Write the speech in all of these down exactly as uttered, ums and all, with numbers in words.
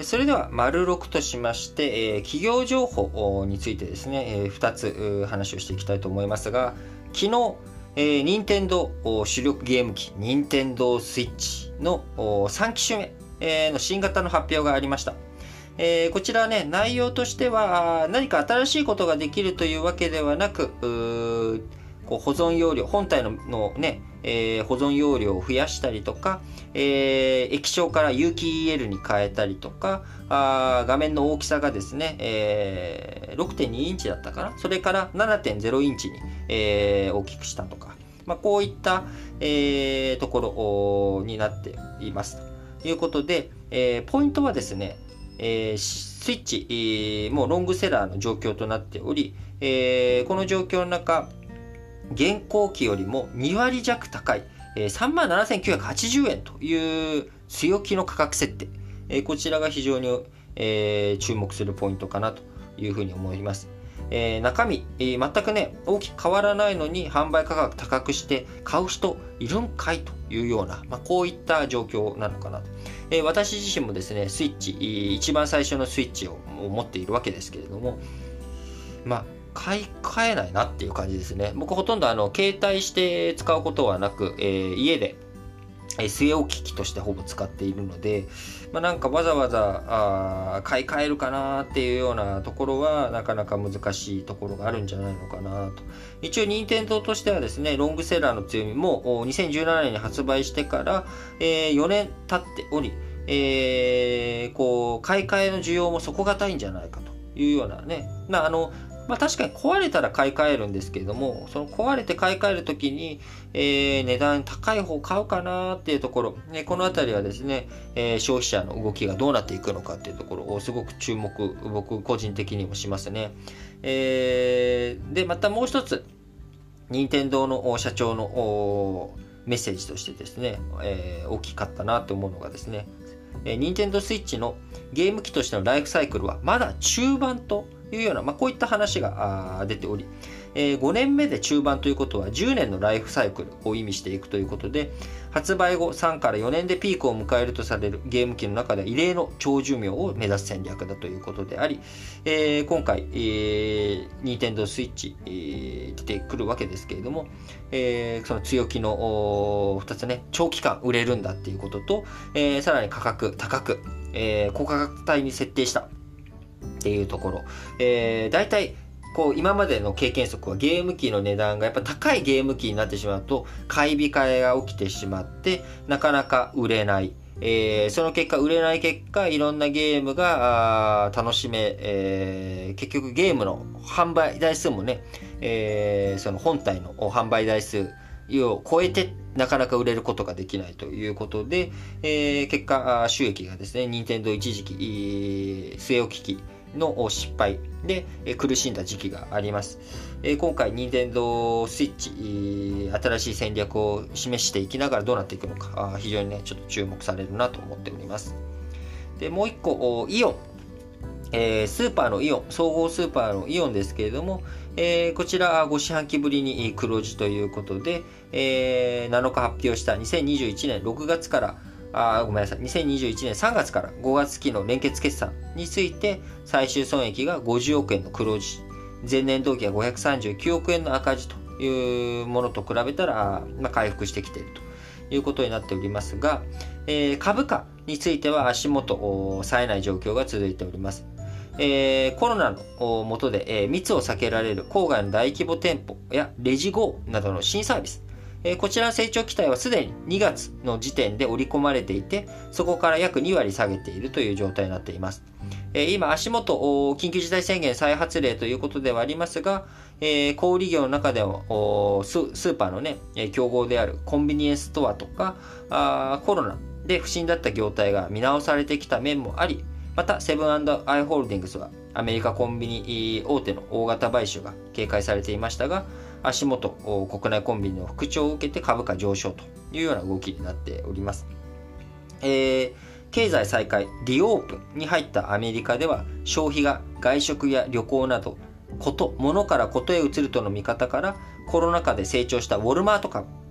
それでは、丸ろくとしまして、えー、企業情報についてですね、えー、ふたつ話をしていきたいと思いますが、昨日、えー、任天堂主力ゲーム機、任天堂スイッチのさんきしゅめ、えー、の新型の発表がありました。えー、こちらね、内容としては、何か新しいことができるというわけではなく、こう保存容量、本体の、のね、えー、保存容量を増やしたりとか、えー、液晶から有機 イーエル に変えたりとか、あ画面の大きさがですね、えー、ろくてんにインチだったかな、それから ななてんゼロインチに、えー、大きくしたとか、まあ、こういった、えー、ところになっていますということで、えー、ポイントはですね、えー、スイッチ、えー、もうロングセラーの状況となっており、えー、この状況の中、現行機よりもにわりじゃく高い、えー、さんまんななせんきゅうひゃくはちじゅうえんという強気の価格設定、えー、こちらが非常に、えー、注目するポイントかなというふうに思います。えー、中身、えー、全くね大きく変わらないのに販売価格高くして買う人いるんかいというような、まあ、こういった状況なのかなと。えー、私自身もですねスイッチ、一番最初のスイッチを持っているわけですけれども、まあ買い替えないなっていう感じですね。僕ほとんどあの携帯して使うことはなく、えー、家で、えー、据え置き機としてほぼ使っているので、まあ、なんかわざわざあ買い替えるかなっていうようなところはなかなか難しいところがあるんじゃないのかなと。一応任天堂としてはですね、ロングセラーの強みもにせんじゅうななねんに発売してから、えー、よねん経っており、えー、こう買い替えの需要も底堅いんじゃないかというようなね、まああのまあ確かに壊れたら買い替えるんですけれども、その壊れて買い替えるときに、えー、値段高い方買うかなっていうところ、ね、このあたりはですね、えー、消費者の動きがどうなっていくのかっていうところをすごく注目、僕個人的にもしますね。えー、で、またもう一つ、任天堂の社長のメッセージとしてですね、えー、大きかったなと思うのがですね、任天堂スイッチのゲーム機としてのライフサイクルはまだ中盤というような、まあ、こういった話が出ており、えー、ごねんめで中盤ということはじゅうねんのライフサイクルを意味していくということで、発売後さんからよねんでピークを迎えるとされるゲーム機の中では異例の長寿命を目指す戦略だということであり、えー、今回、えー、任天堂スイッチ、えー、出てくるわけですけれども、えー、その強気のふたつね、長期間売れるんだっていうことと、えー、さらに価格高く、えー、高価格帯に設定したっていうところ、えー、大体こう今までの経験則はゲーム機の値段がやっぱ高いゲーム機になってしまうと買い控えが起きてしまってなかなか売れない、えー、その結果売れない結果いろんなゲームが楽しめ、えー、結局ゲームの販売台数もね、えー、その本体の販売台数を超えてなかなか売れることができないということで、えー、結果収益がですね、任天堂一時期据え置き機の失敗で苦しんだ時期があります。今回任天堂スイッチ新しい戦略を示していきながらどうなっていくのか非常にねちょっと注目されるなと思っております。でもう一個イオン、えー、スーパーのイオン、総合スーパーのイオンですけれども、えー、こちらご四半期ぶりに黒字ということで、えー、なのか発表したにせんにじゅういちねんろくがつからあごめんなさいにせんにじゅういちねんさんがつからごがつ期の連結決算について最終損益がごじゅうおくえんの黒字、前年同期がごひゃくさんじゅうきゅうおくえんの赤字というものと比べたら、まあ、回復してきているということになっておりますが、えー、株価については足元冴えない状況が続いております。えー、コロナの下で、えー、密を避けられる郊外の大規模店舗やレジ ゴー などの新サービス、えー、こちらの成長期待はすでににがつの時点で織り込まれていて、そこから約にわり下げているという状態になっています。えー、今足元緊急事態宣言再発令ということではありますが、えー、小売業の中でもスーパーのね競合であるコンビニエンスストアとかあコロナで不振だった業態が見直されてきた面もあり、またセブン&アイ・ホールディングスはアメリカコンビニ大手の大型買収が警戒されていましたが、足元国内コンビニの復調を受けて株価上昇というような動きになっております。えー、経済再開リオープンに入ったアメリカでは消費が外食や旅行などこと物からことへ移るとの見方から、コロナ禍で成長したウォルマート株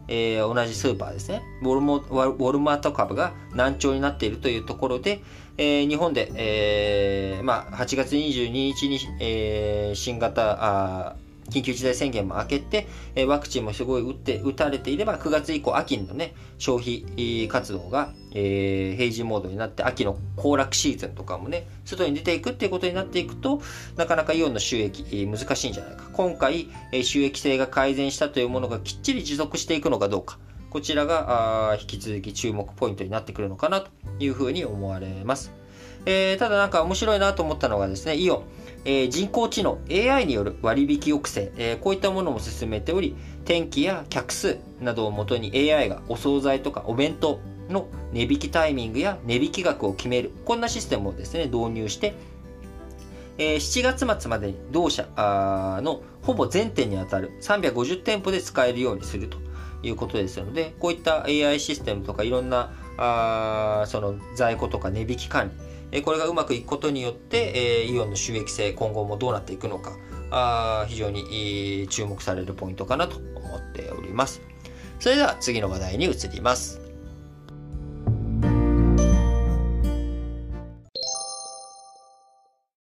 えー、同じスーパーですね、ウォルモ、ウォルマート株が軟調になっているというところで、えー、日本で、えーまあ、はちがつにじゅうににちに、えー、新型あ緊急事態宣言も明けて、えー、ワクチンもすごい打って打たれていれば、くがつ以降秋のね消費活動が、えー、平時モードになって、秋の行楽シーズンとかもね外に出ていくっていうことになっていくと、なかなかイオンの収益、えー、難しいんじゃないか。今回、えー、収益性が改善したというものがきっちり持続していくのかどうか、こちらがあ引き続き注目ポイントになってくるのかなというふうに思われます。えー、ただなんか面白いなと思ったのがですね、イオン、えー、人工知能 エーアイ による割引抑制、えー、こういったものも進めており、天気や客数などをもとに エーアイ がお惣菜とかお弁当の値引きタイミングや値引き額を決める、こんなシステムをですね導入して、えー、しちがつ末までに同社のほぼ全店にあたるさんびゃくごじゅってんぽで使えるようにするということですので、こういった エーアイ システムとかいろんなあその在庫とか値引き管理、これがうまくいくことによって、イオンの収益性今後もどうなっていくのか、あ非常に注目されるポイントかなと思っております。それでは次の話題に移ります。